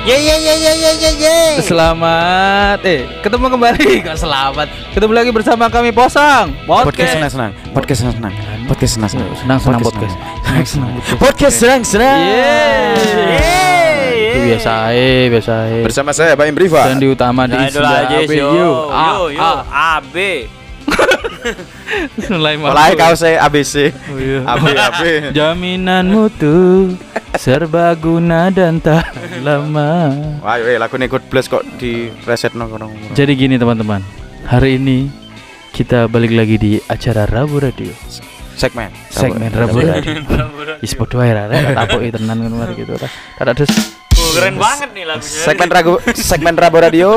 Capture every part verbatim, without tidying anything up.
Ye ye ye ye ye ye ye. Selamat eh ketemu kembali kok selamat. Ketemu lagi bersama kami Posang. Podcast senang-senang. Podcast senang-senang. Podcast senang-senang. Senang-senang podcast. Senang-senang. Podcast senang-senang. Yeay. Itu biasa eh biasa eh. Bersama saya Baim Briva. Dan di utama di aja yo. Yo yo A B. Mulai mulai kau saya A B C. Oh, iya. A B A B. Jaminan mutu serbaguna dan tak lama. Wah, weh lagu God Bless kok di reset nong. Jadi gini teman-teman, hari ini kita balik lagi di acara Rabu Radio. Segmen. Segmen Rabu Radio. Ispot wae ra rek tapoki tenan ngono gitu ra. Ada des. Oh, keren banget nih lagunya. Segmen Rabu segmen Rabu Radio.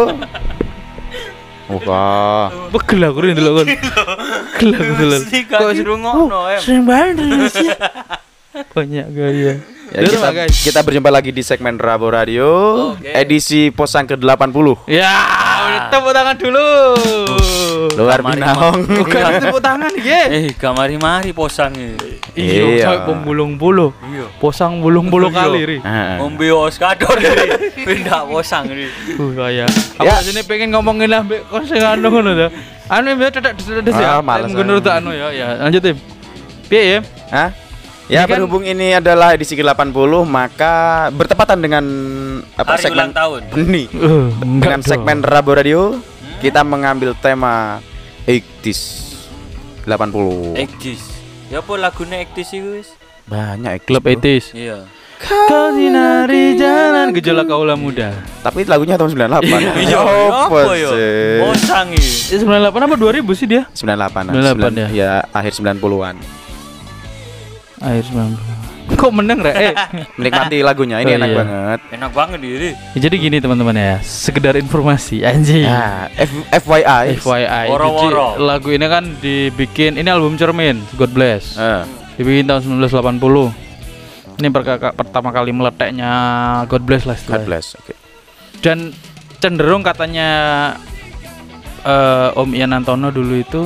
Wah. Begel aku rene delok kon. Gel aku delok. Kok ngrungokno em. Sering banget sih. Banyak gaya. Ya, kita, kita berjumpa lagi di segmen Rabu Radio, okay. Edisi Posang ke delapan puluh. Ya, udah tepuk tangan dulu. Luar binahong. Bukan tepuk tangan ya. Eh, kamari-mari Posang iki. Iya, sampai pembulung-buluh. Iya. Posang bulung-bulung kali ri. Ngombe oskador ri. Pindah Posang ri. Uh, kaya. Aku sini pengen ngomongin ambek kon sing anu ngono ta. Anu ya tetek-tetek ya. Menurut anu ya, ya. Lanjut Tim. Piye ya? Hah? Ya, ini berhubung kan ini adalah edisi ke delapan puluh, maka bertepatan dengan apa hari segmen ulang tahun. Ini. Uh, dengan segmen Rabu Radio, hmm? kita mengambil tema eighties delapan puluh. eighties. Ya apa lagune eighties iku wis? Banyak klub eighties. Iya. Kau sinari jalan gejolak kaula muda. Tapi lagunya tahun sembilan puluh delapan. Iya, apa ya? Posang iki. sembilan puluh delapan apa dua ribu sih dia? sembilan puluh delapan. sembilan puluh delapan ya. Ya, akhir sembilan puluhan. Akhir sembilan puluh. Kok meneng rek? Eh. Menikmati lagunya ini oh, enak iya. banget. Enak banget diri. Ya, jadi gini teman-teman ya, sekedar informasi anjing. Ya, F- FYI. F Y I. Woro-woro. Jadi, lagu ini kan dibikin, ini album Cermin, God Bless. Uh. Dibikin tahun sembilan belas delapan puluh. Ini perka- pertama kali meleteknya God Bless lah God istilahnya. Bless, oke. Okay. Dan cenderung katanya uh, Om Ian Antono dulu itu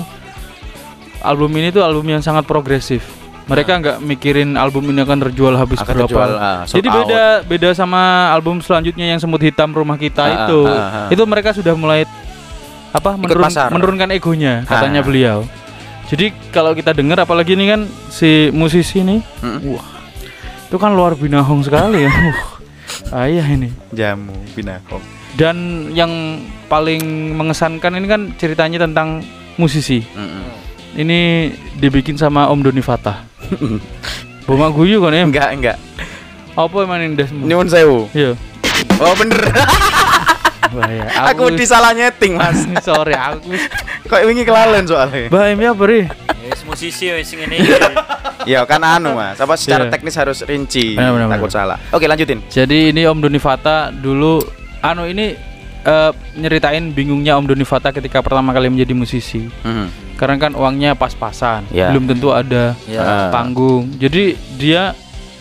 album ini tuh album yang sangat progresif. Mereka nggak nah. mikirin album ini akan terjual habis akan berapa. Terjual, uh, Jadi out. beda beda sama album selanjutnya yang Semut Hitam Rumah Kita uh, itu. Uh, uh, uh. Itu mereka sudah mulai apa menurun, menurunkan egonya katanya uh. beliau. Jadi kalau kita dengar apalagi ini kan si musisi ini, hmm? wah itu kan luar binahong sekali ya. Uh, ayah ini. Jamu binahong. Dan yang paling mengesankan ini kan ceritanya tentang musisi. Mm-mm. Ini dibikin sama Om Doni Fatah. Bunga guyu kan ya? Enggak, enggak. Apa emang ini das? Nyuwun sewu. Iya. Oh bener. Bahaya. Aku, aku disalah nyeting mas. Sorry aku. Kok wingi kelalen soalnya. Bahaya ya beri. Yes, musisi wis ngene. Ya kan anu mas. Apa secara yeah. teknis harus rinci. Benar, benar, takut benar. salah. Oke lanjutin. Jadi ini Om Doni Fatah dulu anu ini uh, nyeritain bingungnya Om Doni Fatah ketika pertama kali menjadi musisi. Mm-hmm. Karena kan uangnya pas-pasan, yeah. belum tentu ada yeah. panggung. Jadi dia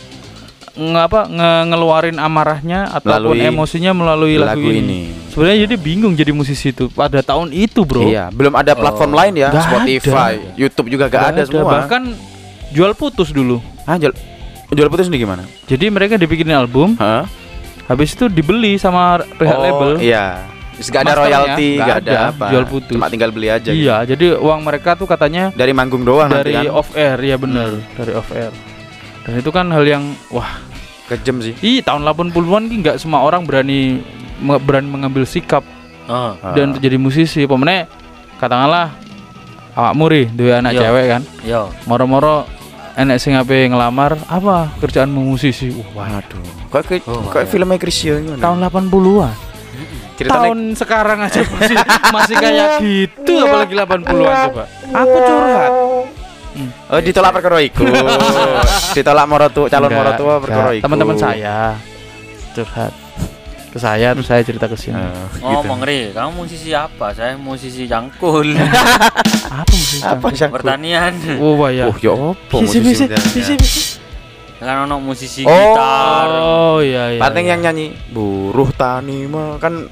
ngapa nge- ngeluarin amarahnya ataupun melalui emosinya melalui lagu, lagu ini. ini. Sebenarnya jadi bingung jadi musisi itu pada tahun itu, Bro. Iya, belum ada platform oh. lain ya, gak Spotify, ada. YouTube juga gak, gak ada, ada semua. Bahkan jual putus dulu. Ah, jual jual putus ini gimana? Jadi mereka dibikinin album. Huh? Habis itu dibeli sama pihak oh, label. Iya. Gak ada royalti, gak, gak ada, ada apa. Jual putus. Cuma tinggal beli aja. Iya, gitu. Jadi uang mereka tuh katanya dari manggung doang dari nanti kan? off air, ya benar, hmm. dari off air. Dan itu kan hal yang wah, kejam sih. Ih, tahun delapan puluhan ki enggak semua orang berani berani mengambil sikap uh, dan uh. jadi musisi. Pemene katakanlah awakmu ri duwe anak Yo. cewek kan? Yo. Moro-moro enek sing ape ngelamar, apa kerjaanmu musisi? Uh, waduh. Kok kayak oh, kok filmnya Chrisye ngono. Tahun delapan puluhan. Ceritanya tahun sekarang aja masih masih kayak gitu, apalagi delapan puluhan coba. Aku curhat. Hmm. Oh, ditolak perkara iku. Ditolak morotu calon morotua perkara iku. Teman-teman saya curhat ke saya, terus saya cerita ke sini. Oh, gitu. Mengri, kamu musisi apa? Saya musisi cangkul. Apa musisi? Apa cangkul? Pertanian. Oh, ya. Oh, ya opo musisi? Musisi. Kan ono musisi oh, gitar. Oh, iya iya. Paling iya. yang nyanyi buruh tani mah kan.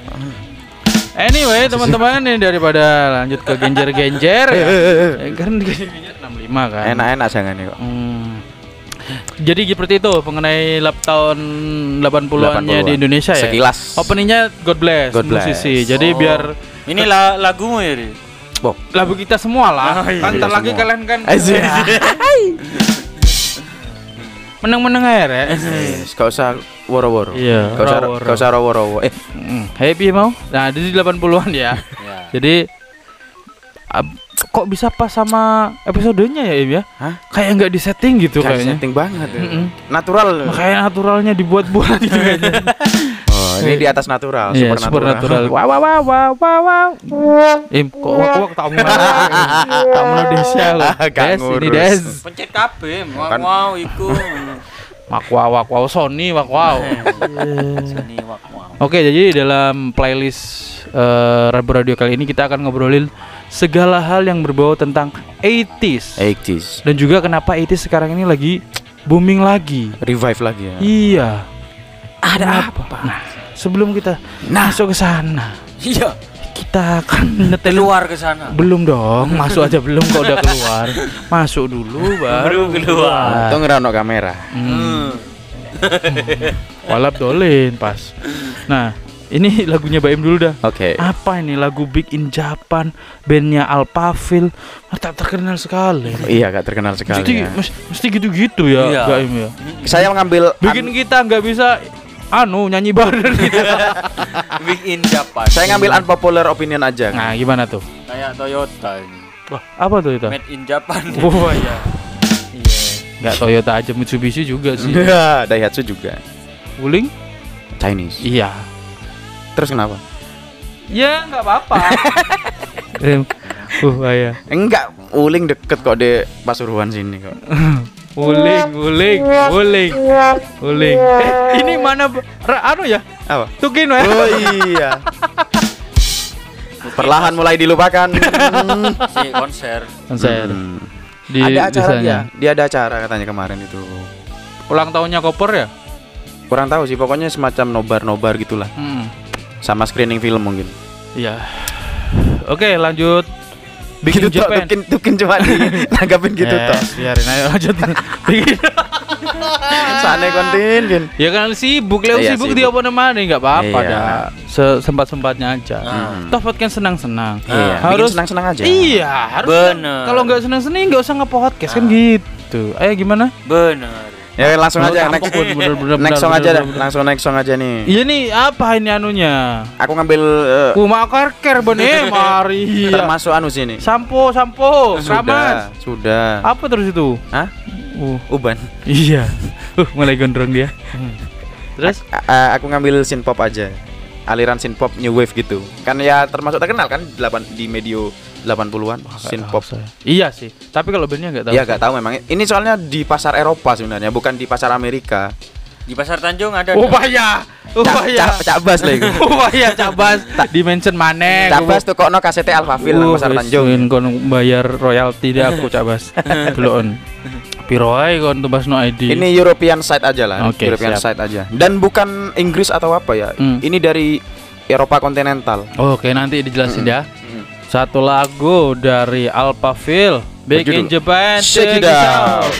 Anyway, teman-teman ini daripada lanjut ke genjer-genjer ya. Kan genjer-genjer enam puluh lima kan. Enak-enak jangan nih kok. Hmm. Jadi seperti itu mengenai lap tahun delapan puluhan-nya di Indonesia ya. Sekilas. Openingnya God Bless, God Bless. musisi. Jadi Oh. biar Ini la lagumu ya, Ri? Boh. lagu kita semua lah. Oh, iya. Kan ntar Kita lagi semua. kalian kan Asik. meneng-meneng aja ya. Yes, gak usah woro-woro. Iya, Gak usah woro-woro. gak usah woro-woro. Eh, Mm, happy mau? Nah, di delapan puluhan ya. Ya. Jadi ab- kok bisa pas sama episodenya ya Im ya? Hah? Kayak nggak disetting gitu gak kayaknya. setting banget. ya. Mm-mm. Natural. Makanya naturalnya dibuat-buat gitu kayaknya. Oh, ini di atas natural, Iya, super super natural. natural. Wow wow wow wow wow. wow. Im, kok wak wak tak mau. Tak mau Desia loh. Gak Des, ini ngurus. Des. Pencet kabeh, mau Kan- mau iku. Wak wow wak wow Sony wak wow. Sini wak mau. Oke, jadi dalam playlist eh, Rabu Radio kali ini kita akan ngobrolin segala hal yang berbau tentang eighties. eighties. Dan juga kenapa eighties sekarang ini lagi booming lagi. Revive lagi ya. Iya. Ada apa? Nah, sebelum kita masuk ke sana, Iya, kita akan nyetel keluar ke sana. belum dong, masuk aja belum kok udah keluar. Masuk dulu baru Baru keluar. Untung ngerano kamera. Hmm. Walap dolin pas. Nah, ini lagunya Baim dulu dah. Oke. Apa ini lagu Big in Japan, bandnya Alphaville, ah, tak terkenal sekali. Iya, gak terkenal sekali. Mesti, ya. mes- mesti gitu-gitu ya, Iya. Baim ya. Saya mengambil Bikin an- kita nggak bisa anu nyanyi bareng gitu. Big in Japan. saya ngambil unpopular opinion aja. Nah, gimana tuh? Kayak Toyota ini. Wah, apa tuh itu? Made in Japan. Wah, iya. Iya. Nggak Toyota aja, Mitsubishi juga sih. Iya, Daihatsu juga. Wuling? Chinese. Iya. Terus kenapa? Ya, nggak apa-apa. Em, uh, bahaya. Enggak, Uling deket kok di Pasuruan sini kok. Wuling, wuling, wuling, wuling. Eh, ini mana? b- Ra, anu ya? Apa? Tukin ya? Oh iya. Perlahan mulai dilupakan. Si konser. Konser. Hmm. Di Ada acara desanya. dia. Dia ada acara katanya kemarin itu. Ulang tahunnya Koper ya? Kurang tahu sih, pokoknya semacam nobar-nobar gitulah. Hmm. Sama screening film mungkin. Iya. Oke, lanjut. Bikin gitu toh, Japan. tukin, tukin cuma di nanggapin gitu Yes, toh. biarin aja lanjut. Bikin. Sana kontin kan. Ya kan sibuk, Leo Iya, sibuk sibuk. dia apa namanya nggak apa-apa Iya. dah. Sempat-sempatnya aja. Hmm. Toh podcast senang-senang. Iya, Harus bikin senang-senang aja. Iya, harus. Bener. Kalau nggak senang-senang nggak usah nge-podcast kan gitu. Ayo gimana? Bener. Ya langsung Oh, aja cakep, next, bener, bener, next bener, song bener, aja dah. bener, bener. Langsung next song aja nih. Iya nih apa ini anunya? Aku ngambil eh, Kuma karker bener mari. termasuk anu sini. Sampo, sampo, keramas. Sudah, sudah. Apa terus itu? Hah? Uh, Uban. iya. Uh, mulai gondrong dia. Terus A- a- aku ngambil synth pop aja. Aliran synth pop new wave gitu. Kan ya termasuk terkenal kan delapan di medio delapan puluhan synth pop. Iya sih. Tapi kalau bandnya nggak tahu. Iya gak tahu memang. Ini soalnya di pasar Eropa sebenarnya, bukan di pasar Amerika. Di Pasar Tanjung ada. Oh bahaya. Oh Cak, bahaya. cak, cak bas lah itu. Oh bahaya cabas. Dimension maneh. Cak bas tuh kok no kasete Alphaville nang pasar Tanjung. Kon bayar royalti deh aku cabas. Belum. Piro ae kon tebas no I D. Ini European side aja lah, Oke, European siap. side aja. Dan bukan Inggris atau apa ya. Hmm. Ini dari Eropa kontinental. Oke, nanti dijelasin Mm-mm. ya. Satu lagu dari Alphaville, Big in Berjudul Japan, Shake It Take It Out. Out.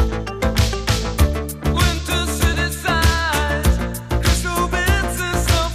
Winter city sighs, crystal bits and some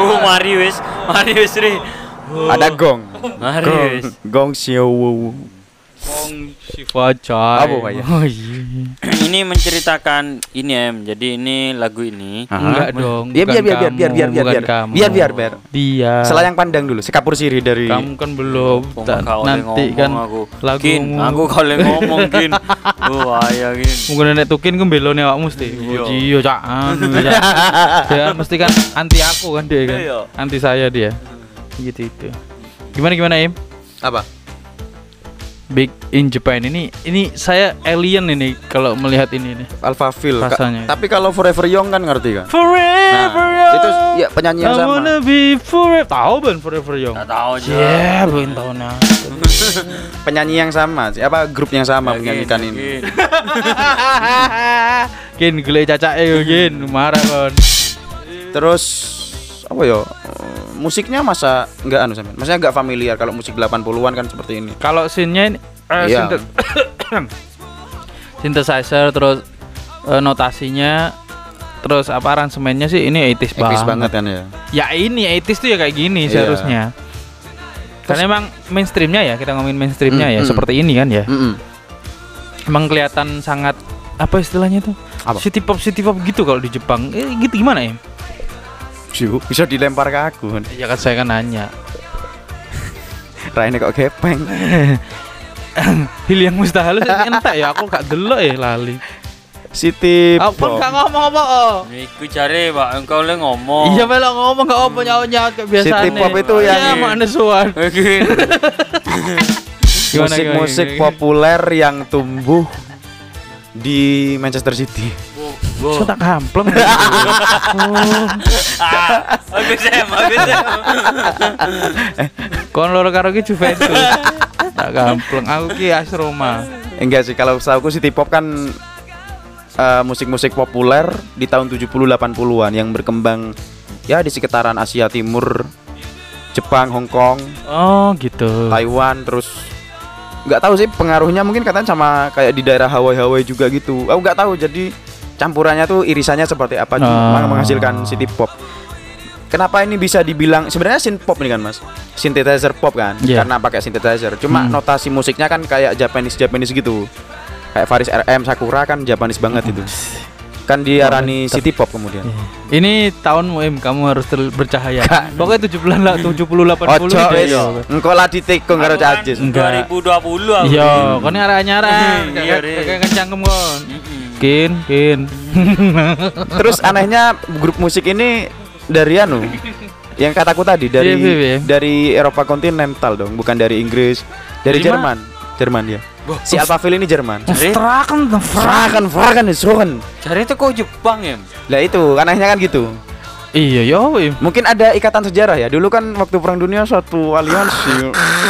Oh, mari wis, mari wis Ri. Oh, Ada gong. mari Gong, wis. gong siowo. Kong si Fajai. Apa, Pak, ya? Oh iya. Ini menceritakan ini em. Jadi ini lagu ini. Aha. Enggak dong. Iya, bukan biar, biar, biar, kamu, biar, biar, biar, bukan biar. kamu. Biar, biar, biar. Dia. Selayang pandang dulu, sekapur siri dari Kamu kan belum. Oh, Ta- kau nanti ngomong kan aku. lagu Kin, aku kalau ngomong Kin. Oh, ayah Kin. mungkin nenek tukin ku belone awakmu mesti. Iya. Iya, cak. Anu, Cak. Dia mesti kan anti aku kan dia kan. Iya. Anti saya dia. Gitu itu. Gimana gimana Im? apa? Big in Japan ini ini saya alien ini kalau melihat ini nih. Alphaville. Ka- Rasanya. tapi kalau Forever Young kan ngerti kan? Forever Nah, itu ya penyanyi yang I sama. wanna be forever. Tahu ban Forever Young? Enggak tahu aja. Ya, belum tahu nah. Penyanyi yang sama, siapa grup yang sama Ya, menyanyikan Kin, ini. Kin. Kin gele cacake yo Kin, marah kon. Terus apa ya? Musiknya masa enggak anu sampean. Maksudnya enggak familiar kalau musik delapan puluhan kan seperti ini. Kalau scene-nya ini eh, Iya. sinte- synthesizer terus eh, notasinya terus apa aransemennya sih ini eighties Eksis banget. banget kan ya. Ya ini eighties tuh ya kayak gini Iya. seharusnya. Karena emang mainstreamnya ya, kita ngomongin mainstreamnya Mm, ya mm. seperti ini kan ya. Mm-mm. Emang kelihatan sangat apa istilahnya tuh? Apa? City pop city pop gitu kalau di Jepang. Eh, gitu gimana ya? Siu, bisa dilempar ke aku kan. Ya kan saya kan nanya. Raine kok gepeng. Hil yang mustahil entek ya aku gak delok ya lali. Siti Apa Pop. gak ngomong apa? Oh. Iku cari Pak, engkau le ngomong. Iya melok ngomong gak apa nyaut-nyaut kayak biasanya. City pop itu yang- ya mana suan. Kin. Gimana, Musik-musik gimana, gimana? populer yang tumbuh di Manchester City. So tak kampleng. Oh. Ah, bagus em, bagus em. Kon loro karo ki Juventus. Tak kampleng. Aku ki A S Roma. Enggak sih, kalau setahu City Pop kan eh, musik-musik populer di tahun tujuh puluh delapan puluhan yang berkembang ya di sekitaran Asia Timur, Jepang, Hong Kong, Oh, gitu. Taiwan, terus nggak tahu sih pengaruhnya mungkin katanya sama kayak di daerah Hawaii-Hawaii juga gitu. Aku nggak tahu, jadi campurannya tuh irisannya seperti apa cuma Oh. menghasilkan City Pop. Kenapa ini bisa dibilang sebenarnya synth pop ini kan Mas? Synthesizer pop kan? Iya. Karena pakai synthesizer. Cuma Hmm. notasi musiknya kan kayak Japanese Japanese gitu. Kayak Faris R M Sakura kan Japanese banget itu. Kan diarani Mantap. City Pop kemudian. Ini tahunmu Im, kamu harus ter- bercahaya. Pokoknya tujuh puluh lah, tujuh puluh delapan puluh. Ojo deh, wis. yo. Engko lah ditikung karo Aku kan Cacis. Enggak. dua ribu dua puluh aku. Iya, kon arah nyaran. Iya, Ri. Kayak kencangkem kon. Mm-mm. Kin, kin. Terus anehnya grup musik ini dari anu yang kataku tadi dari Iya, iya, iya. dari Eropa kontinental dong, bukan dari Inggris, dari Dari Jerman. Jerman dia. Si Alphaville ini Jerman. Cari, Frakan, Fragen, Fragen, Fragen. cari itu kok Jepang em. Lah itu, anehnya kan gitu. Iya, yo, Im. Mungkin ada ikatan sejarah ya. Dulu kan waktu Perang Dunia suatu aliansi.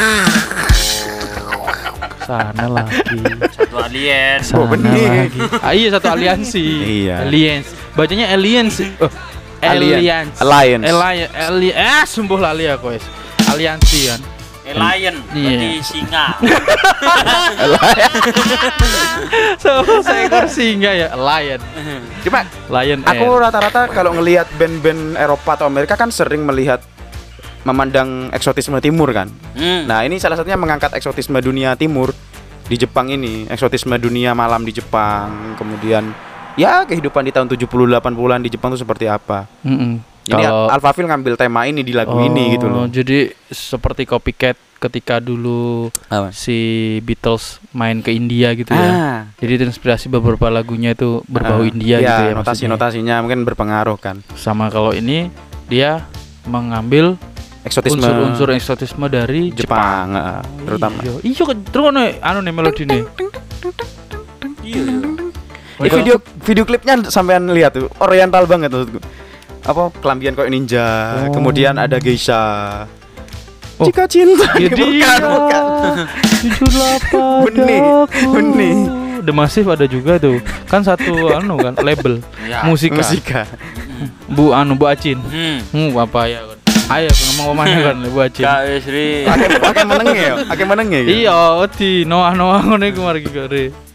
Sana lagi. Satu alien. Oh, Sana benih. lagi. Ah, iya satu aliansi. Iya. Alliance. Bacanya alliance. Oh, Alliance. alliance. Alliance. Alliance. Ali- eh, sembuh lali aku, wes. Aliansi kan. Eh, lion, Iya. berarti singa. So, seekor singa ya, lion. Cuma Lion aku Air. rata-rata kalau ngelihat band-band Eropa atau Amerika kan sering melihat memandang eksotisme timur kan. Hmm. Nah, ini salah satunya mengangkat eksotisme dunia timur di Jepang ini, eksotisme dunia malam di Jepang. Kemudian ya kehidupan di tahun tujuh puluh delapan puluhan di Jepang itu seperti apa. Mm-mm. Ini Kalau- Alphaville ngambil tema ini di lagu Oh, ini gitu loh. Jadi seperti copycat ketika dulu si Beatles main ke India gitu ya. Ah, Jadi terinspirasi beberapa lagunya itu berbau ah, India iya, gitu ya maksudnya. notasi-notasinya mungkin berpengaruh kan. Sama kalau ini dia mengambil Eksotisme unsur-unsur eksotisme dari Jepang. Jepang, ah, terutama. Iya, iya kan terus ono anu nih melodi nih. Iya, iya. Eh, video video klipnya sampean lihat tuh, oriental banget maksudku. Apa kelambian kayak ninja, Oh. kemudian ada geisha. Oh. Jika cinta Jadi bukan, bukan. jujurlah padaku. Benih, benih. The Massive ada juga tuh. Kan satu anu kan label Ya. musika. Musika. Bu anu Bu Acin. Hmm. Hmm, apa ya kan. Ayo ngomong omahnya kan Bu Acin. Kak Isri. Pakai pakai menenge ya, pakai menenge. ya? Iya, di Noah Noah ngono iku mari kare.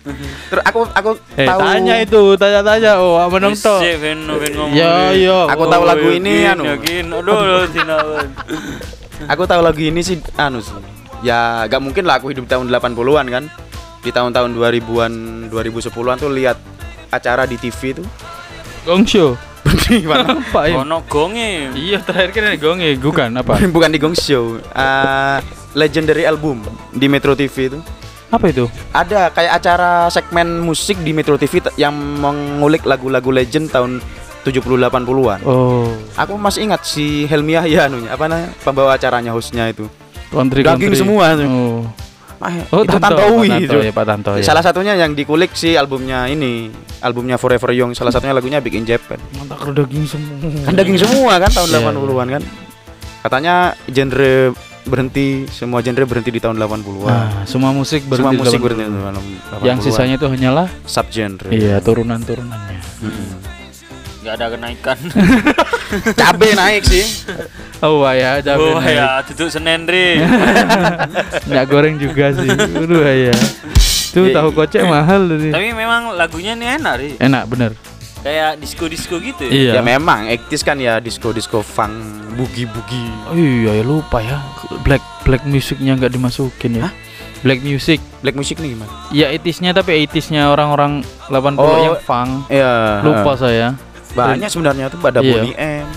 Terus aku aku Eh, tahu tanya itu, tanya-tanya. Oh, apa nong to? Sik ben ben ngomong. Ya, iya. Aku tahu lagu ini anu. Yakin. Aduh, Tinawan. Aku tahu lagu ini sih anu sih. Ya gak mungkin lah aku hidup tahun delapan puluhan kan. Di tahun-tahun dua ribuan, dua ribu sepuluhan tuh lihat acara di T V tuh. Gong show. Gimana? Apa ya? Ono gonge. Iya, terakhir kan ada gong ya, bukan apa? Bukan di Gong Show. Uh, Legendary Album di Metro T V itu. Apa itu? Ada kayak acara segmen musik di Metro T V t- yang mengulik lagu-lagu legend tahun tujuh puluh delapan puluhan. Oh, Aku masih ingat si Helmi Yahya anunya, apa namanya? Pembawa acaranya, hostnya itu. country Daging country. semua tuh. Oh. Ah, Oh, itu Tanto, Tantowi Pak itu. Tanto, ya, Pak Tanto, ya. Salah satunya yang dikulik si albumnya ini, albumnya Forever Young. Salah satunya lagunya Big in Japan. Mantap karo daging semua. Kan daging semua kan tahun Iya, delapan puluhan kan. Katanya genre berhenti, semua genre berhenti di tahun delapan puluhan. Nah, semua musik berhenti. Semua musik delapan berhenti di puluh. tahun delapan puluhan. Yang sisanya itu hanyalah subgenre. iya, turunan-turunannya. Enggak ada kenaikan. Cabe naik sih. Oh, ya, cabe Oh naik. ya, duduk Senen Ri. Minyak goreng juga sih. Aduh ya. Tuh Iya, tahu kocek mahal tuh. Tapi memang lagunya nih enak, Ri. Enak bener. Kayak disco-disco gitu. Iya. Ya memang ektis kan ya, disco-disco funk, boogie-boogie. Oh iya, ya lupa ya. Black black musicnya nggak dimasukin ya. Hah? Black music. Black music nih gimana? Ya eighties-nya tapi eighties-nya orang-orang delapan puluh Oh. yang funk. Ya. Lupa saya. Banyak sebenarnya tuh pada Iya. Boney M,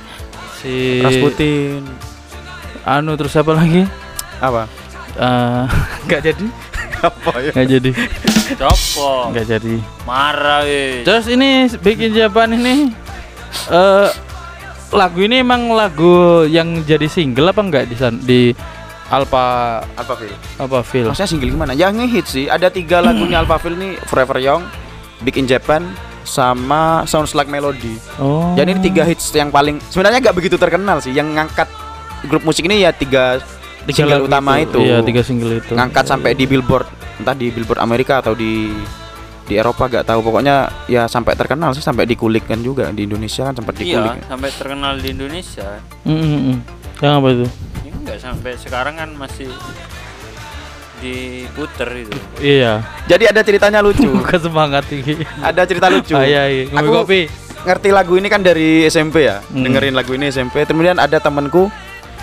Si Rasputin. anu terus apa lagi? Apa? Eh, nggak jadi. Apa ya? Nggak jadi. Copo. Nggak jadi. Marah weh. Terus ini bikin Japan ini eh lagu ini emang lagu yang jadi single apa enggak di san- di Alpha Apa Phil? apa Phil? Maksudnya single gimana? Yang ngehit sih. Ada tiga lagunya Alpha Phil nih, Forever Young, Big in Japan, sama Sounds Like Melody. Oh. Jadi ini tiga hits yang paling sebenarnya nggak begitu terkenal sih. Yang ngangkat grup musik ini ya tiga, Tiga single lagu utama itu. Iya, tiga single itu. Ngangkat sampai di Billboard, entah di Billboard Amerika atau di di Eropa gak tahu. Pokoknya ya sampai terkenal sih, sampai dikulik kan juga di Indonesia kan sempat dikulik. Iya, sampai terkenal di Indonesia. Mm, mm, mm. Yang apa itu? Ini enggak sampai sekarang kan masih diputer itu. Iya. Jadi ada ceritanya lucu. Bukan semangat tinggi. Ada cerita lucu. Ah, iya, iya. Ngomong Aku kopi. ngerti lagu ini kan dari S M P ya. Hmm. Dengerin lagu ini S M P. Kemudian ada temanku,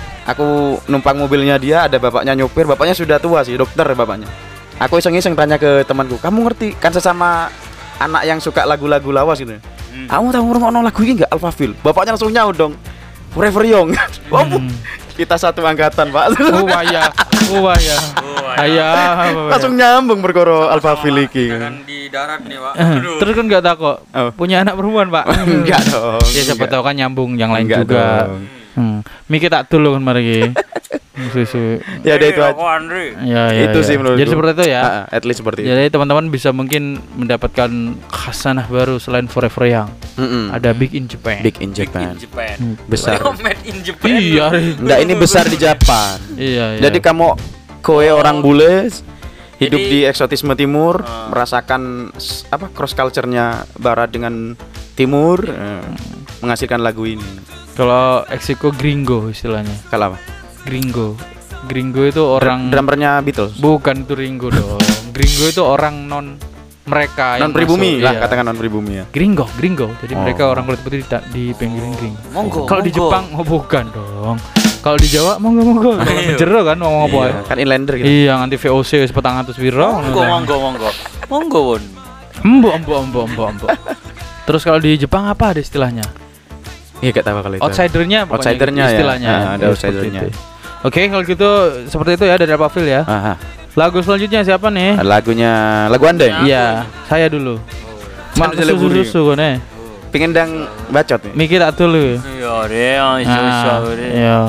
aku numpang mobilnya dia, ada bapaknya nyopir. Bapaknya sudah tua sih, dokter bapaknya. Aku iseng-iseng tanya ke temanku, kamu ngerti kan sesama anak yang suka lagu-lagu lawas gitu. Hmm. Kamu tahu ngrungokno lagu ini enggak Alpha Phil? Bapaknya langsung nyaut dong. Forever Young. Oh, Hmm. kita satu angkatan, Pak. Oh waya. Oh waya. Oh, Ayah. Langsung nyambung perkara Alpha Phil iki. Jangan di darat nih, Pak. Eh, Terus kan nggak tahu kok. Oh. Punya anak perempuan, Pak. Enggak dong. Ya siapa enggak. tahu kan nyambung yang lain Enggak juga. dong. Hmm. Miki tak dulu kan mari. Susu. Ya udah itu aja. Ya, ya, Itu ya. sih menurutku. Jadi seperti itu ya. Ah, ah, at least seperti itu. Jadi teman-teman bisa mungkin mendapatkan khasanah baru selain Forever Young. Mm-mm. Ada Big in Japan. Big in Japan. Japan. Japan. Hmm. Besar. Oh, made in Japan. Iya. Enggak, ini besar di Jepang. Iya, iya. Jadi kamu kowe orang bule hidup Jadi- di eksotisme timur, Ah. merasakan s- apa cross culture-nya barat dengan timur, eh, menghasilkan lagu ini. Kalau Exiko Gringo istilahnya. Kalau apa? Gringo. Gringo itu orang Drummernya Beatles. bukan itu Ringo dong. Gringo itu orang non mereka yang Non pribumi masuk, lah, iya. katakan non pribumi ya. Gringo, Gringo. Jadi Oh. mereka orang kulit putih di, di pinggirin Gringo. Monggo. Kalau di monggo. Jepang oh bukan dong. Kalau di Jawa monggo monggo. Kalau Iya. jero kan ngomong apa ya? Iya, kan inlander gitu. Iya, nganti V O C wis petang atus piro. Monggo, monggo, monggo. Monggo, Won. Embo embo embo embo embo. Terus kalau di Jepang apa ada istilahnya? Iya, gak tahu kalau itu. Outsidernya pokoknya Outsidernya ya. istilahnya. Ah, ada Ya, outsidernya. seperti itu. Oke, kalau gitu seperti itu ya dari Alpha Phil ya. Ah, ah. Lagu selanjutnya siapa nih? Lagunya lagu Anda ya? Iya, saya dulu. Mak Saya dulu. susu-susu kone. Pengen dang bacot nih. Mikir tak dulu. Iya, deh, yang iso-iso Ah, deh. iya.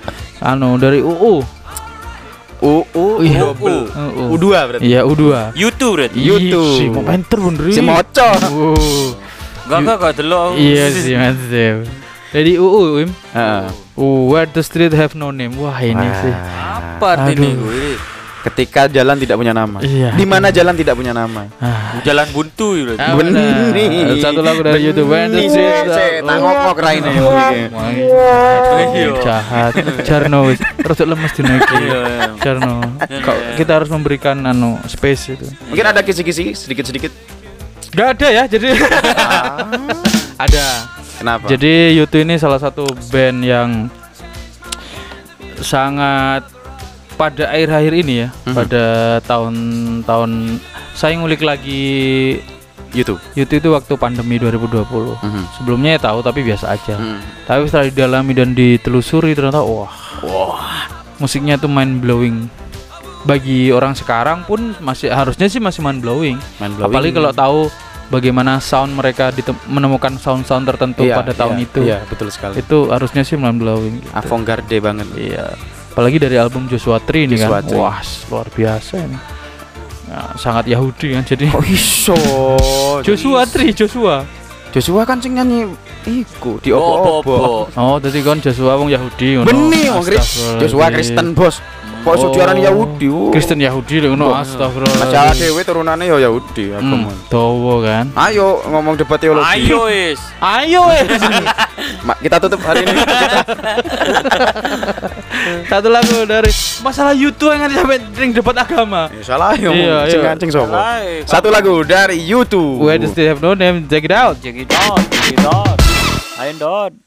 Anu dari U U. U U Iya. double. U U. U dua berarti. Iya, U dua. YouTube, Red. YouTube. Si mau pinter bener. Si moco. Uh. Enggak, enggak, enggak delok. Iya sih, mantap. Jadi U U, Wim. Heeh. Uh, where the street have no name. Wah, ini sih. Apa artinya Aduh. gue? Ketika jalan tidak punya nama. Iya. Di mana jalan tidak punya nama? Ah, Jalan buntu. Yutu itu. Ah, Benih. benar. Satu lagu dari YouTube. When the Benih, street sik, sik, are- tak ngok-ngok raine iki. Iya. Jahat. Jarno wis terus lemes dino iki. Iya, iya. Jarno. Kok kita harus memberikan anu space itu. Mungkin ada kisi-kisi sedikit-sedikit. Gak ada ya, jadi ada. Kenapa? Jadi YouTube ini salah satu band yang sangat pada akhir-akhir ini ya, Mhm. pada tahun-tahun saya ngulik lagi YouTube. YouTube itu waktu pandemi dua ribu dua puluh. Mhm. Sebelumnya ya tahu tapi biasa aja. Mhm. Tapi setelah didalami dan ditelusuri ternyata wah, Wah, musiknya tuh mind blowing. Bagi orang sekarang pun masih harusnya sih masih mind blowing. mind blowing. Apalagi kalau tahu bagaimana sound mereka ditem- menemukan sound-sound tertentu Iya, pada tahun iya, itu. Iya, betul sekali. Itu harusnya sih mind blowing gitu. Avant-garde banget. Iya. Apalagi dari album Joshua Tree ini Joshua kan. Tree. Wah, luar biasa ini. Ya, sangat Yahudi kan jadi. Oh iso. Joshua Tree, Joshua. Joshua kan sing nyanyi iku di Oh, opo-opo. opo. Oh, tadi kan Joshua wong Yahudi ngono. Benih wong Kris. Astagfirullahaladzim. Joshua Kristen, Bos. Kok iso diarani Yahudi? oh. Kristen Yahudi lho ngono. Mas Astagfirullah. Jawa dhewe turunane ya Yahudi agama. Hmm, dawa kan. Ayo ngomong debat teologi. Ayo wis. Ayo eh. Ma- kita tutup hari ini. Satu lagu dari masalah YouTube yang nanti sampai ring debat agama. Ya, salah yo. Iya, Sing iya. ngancing sapa? Salah, eh. Satu lagu dari YouTube. Where does they have no name? Check it out. Check it out, check it out. Ayo dot.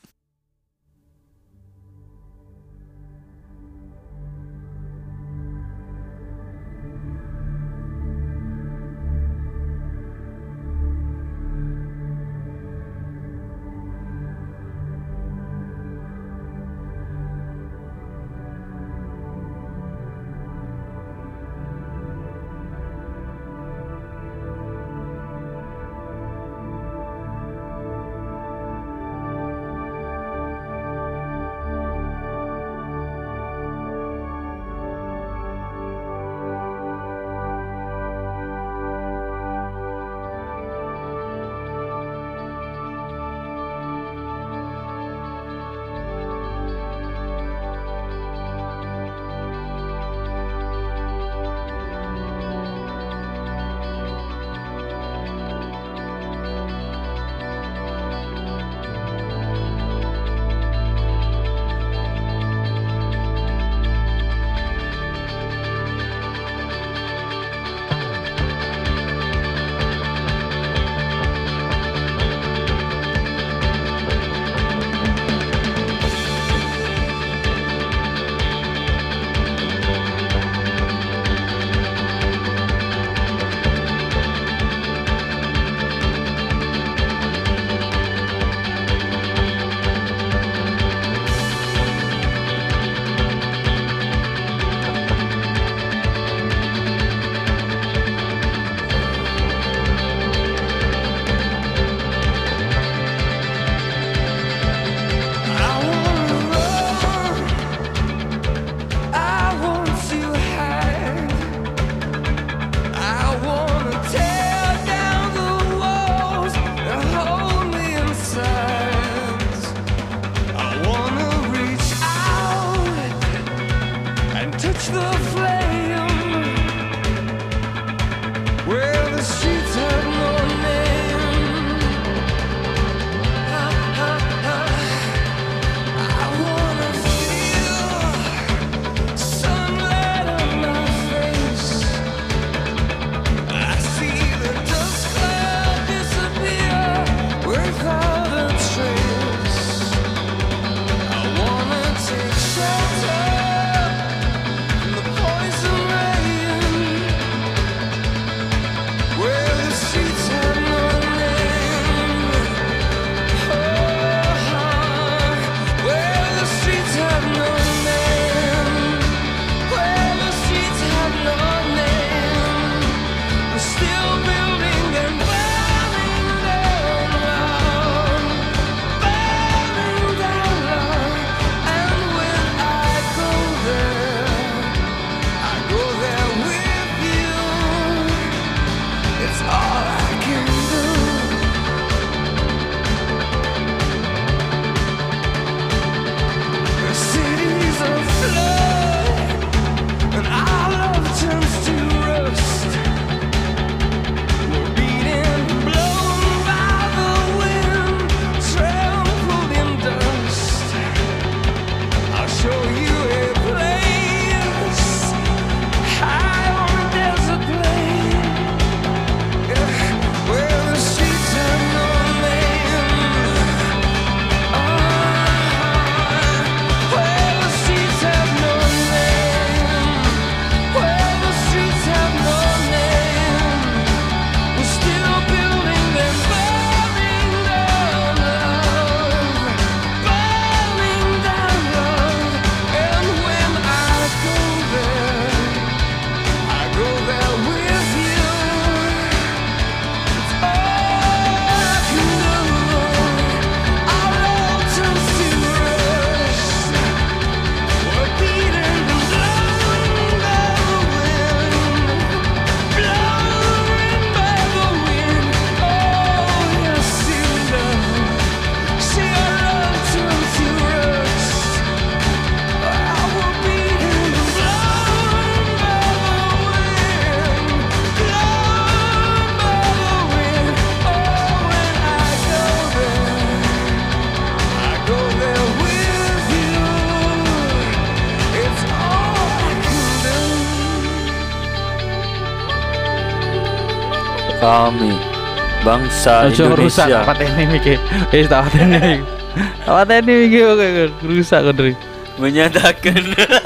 Kami bangsa Ojo rusak Indonesia. apa ini mikir. Eh tak ini. Apa ini mikir oke rusak kan Dri. Menyatakan.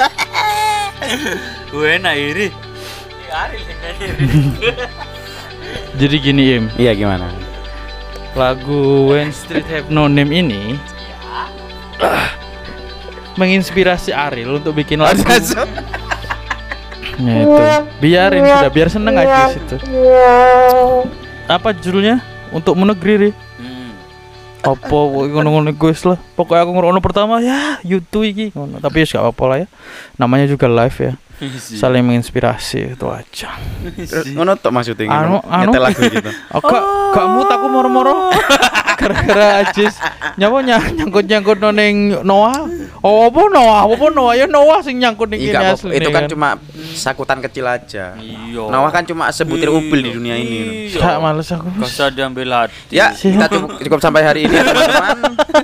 Gue enak iri. Jadi gini Im, Iya gimana? lagu When Street Have No Name ini menginspirasi Ariel untuk bikin lagu. Nah itu, biarin sudah, biar seneng aja di situ. Apa judulnya? Untuk menegri, Ri. Hmm. Apa ngono-ngono guys lah. Pokoknya aku ngerono pertama ya YouTube iki ngono. Tapi ya gak apa-apa lah ya. Namanya juga live ya. Saling menginspirasi itu aja. Ngono tok maksudnya Anu- ngono. anu. Nyetel lagu gitu. Aku gak mood aku moro-moro. Gara-gara Ajis nyawa ny- nyangkut-nyangkut neng Noah. Oh apa Noah? Apa Noah? Ya Noah sing nyangkut ning Iya, kene kok, asli. itu kan cuma sakutan kecil aja. Iya. Nawah kan cuma sebutir upil di dunia ini. Gak males aku. Gak usah diambil hati. Ya, kita cukup, cukup sampai hari ini ya teman-teman.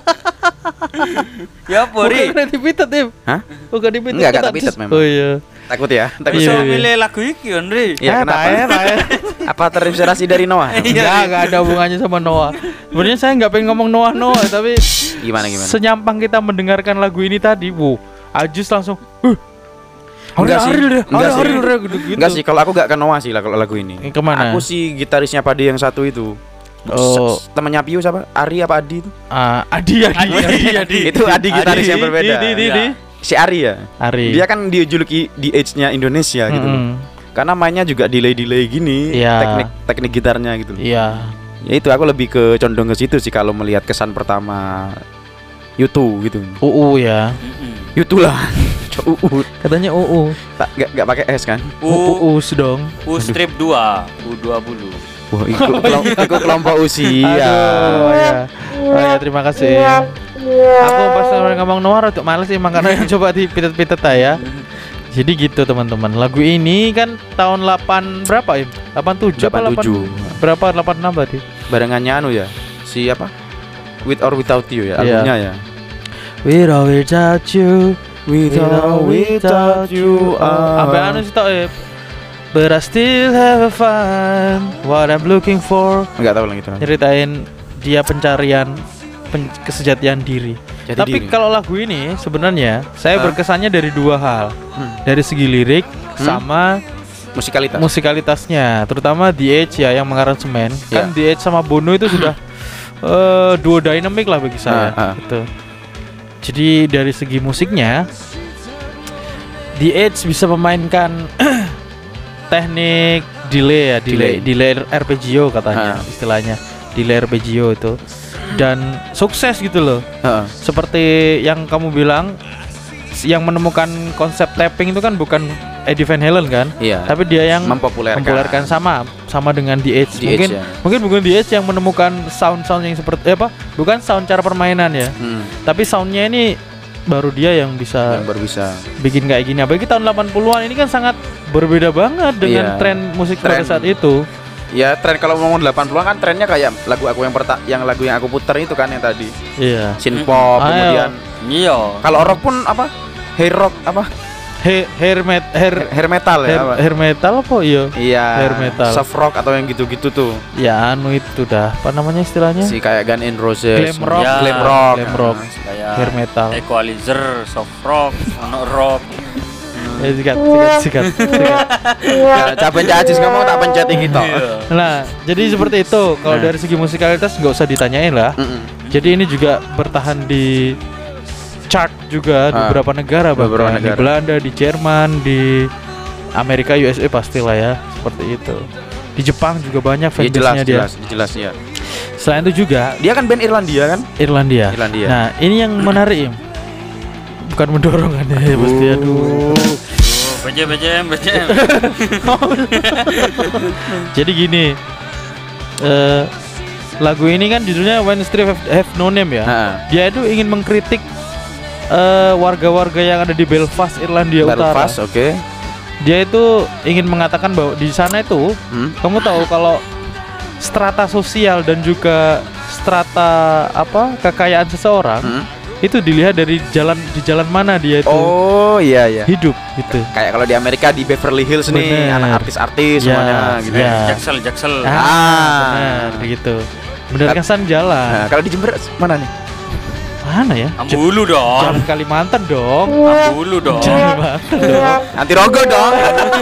Ya Pori. Bukan dipitet, Im. Hah? Bukan dipitet. Enggak, enggak kita kepitet Ajis. memang. Oh iya. Takut ya? Takut Iya, Bisa iya. milih lagu iki Andre. Ya, kenapa? Tae, tae. Apa terinspirasi dari Noah? Enggak, enggak ada hubungannya sama Noah. Sebenarnya saya enggak pengen ngomong Noah Noah, tapi Gimana gimana? senyampang kita mendengarkan lagu ini tadi, Bu. Ajis langsung, "Huh. Enggak sih. Ariel deh, Enggak sih. Ariel deh," gitu-gitu. Enggak sih, kalau aku enggak ke Noah sih lah kalau lagu ini. Eh, kemana? Aku sih gitarisnya Padi yang satu itu. Oh. S- Temannya Pius apa? Ari apa Adi itu? Ah, Adi, Adi, Adi, Adi. Itu Adi gitaris yang berbeda. Di, di, di. Si Ari ya. Ari. Dia kan dijuluki di age-nya Indonesia gitu loh. Mm-mm. Karena mainnya juga delay-delay gini, Iya. teknik teknik gitarnya gitu loh. Iya. Ya itu aku lebih ke condong ke situ sih kalau melihat kesan pertama YouTube gitu. U U ya. Mm-mm. YouTube lah. U U Katanya U U. tak gak, gak pakai S kan? U U U dong. U strip dua, U dua puluh. Wah, ikut, kelom- ikut kelompok usia. Aduh, ya. Oh ya, terima kasih. Aku pas ngomong Noah rada males emang karena yang coba dipitet-pitet ya. Jadi gitu teman-teman. Lagu ini kan tahun delapan berapa ya? delapan puluh tujuh apa delapan puluh tujuh. delapan berapa? delapan puluh enam tadi. Barengannya anu ya. Si apa? With or Without You ya Iya. albumnya ya. With or without you. With or without you. Sampai anu sih tau ya. But I still have fun. What I'm looking for. Enggak tahu lagi itu. Nyeritain dia pencarian pen- kesejatian diri. Jati Tapi diri. kalau lagu ini sebenarnya saya Hah? berkesannya dari dua hal. Hmm. Dari segi lirik Hmm? sama Musikalitas. musikalitasnya, terutama The Edge ya yang mengaransemen. Kan Ya. The Edge sama Bono itu sudah eh, duo dynamic lah bagi saya. Ah, ah. Gitu. Jadi dari segi musiknya The Edge bisa memainkan teknik delay ya, delay, delay arpeggio katanya Ah. istilahnya. Delay arpeggio itu. Dan sukses gitu loh. Heeh. Seperti yang kamu bilang, s- yang menemukan konsep tapping itu kan bukan Eddie Van Halen kan, Iya. tapi dia yang mempopulerkan. mempopulerkan sama sama dengan The Edge. The mungkin Edge, ya. mungkin bukan The Edge yang menemukan sound-sound yang seperti eh, apa? Bukan sound cara permainan ya, Hmm, tapi soundnya ini baru dia yang bisa yang baru bisa. bikin kayak gini. Apalagi tahun delapan puluhan ini kan sangat berbeda banget dengan Iya. tren musik pada Tren. saat itu. Ya tren kalau ngomong delapan puluhan kan trennya kayak lagu aku yang perta yang lagu yang aku putar itu kan yang tadi. Iya. Synth pop, Ayo. kemudian Iya. kalau rock pun apa? Hair rock apa? He, hair met hair Hair metal ya hair, apa? hair metal apa iya? Iya. hair metal. Soft rock atau yang gitu-gitu tuh. Ya anu itu dah. Apa namanya istilahnya? Si kayak Gun N' Roses. Glam rock. Ya, Glam rock. Glam rock. Kayak Hair metal. equalizer, soft rock, ono rock. Eh, sikat, sikat, sikat, sikat. Ya, capek cacis ngomong tak pencet gitu. Iya. Nah, jadi seperti itu. Kalau Nah. dari segi musikalitas nggak usah ditanyain lah. Mm-mm. Jadi ini juga bertahan di chart juga di Ah, beberapa negara, beberapa bahkan di negara. Belanda, di Jerman, di Amerika, U S A pastilah ya, seperti itu. Di Jepang juga banyak Ya, jelas, fanbase-nya dia. jelas, jelas ya. Selain itu juga Dia kan band Irlandia kan? Irlandia. Irlandia. Nah, ini yang menarik, Im. Bukan mendorong kan ya, pasti aduh. B J M, B J M, B J M. Jadi gini, eh lagu ini kan judulnya When Street Have, Have No Name ya. Heeh. Dia itu ingin mengkritik eh, warga-warga yang ada di Belfast, Irlandia Belfast, Utara. oke. Dia itu ingin mengatakan bahwa di sana itu, Hmm. kamu tahu kalau strata sosial dan juga strata apa kekayaan seseorang Hmm. itu dilihat dari jalan di jalan mana dia itu Oh iya iya. hidup gitu. Kayak kalau di Amerika di Beverly Hills nih, Bener. anak artis-artis Ya, semuanya gitu. ya. Jaksel, Jaksel. Ah, Ah. benar gitu. Benar kesan jalan. Nah, kalau di Jember mana nih? Mana ya? Ambulu dong. Jalan Kalimantan dong. Ambulu dong. Kalimantan dong. Anti Rogo dong.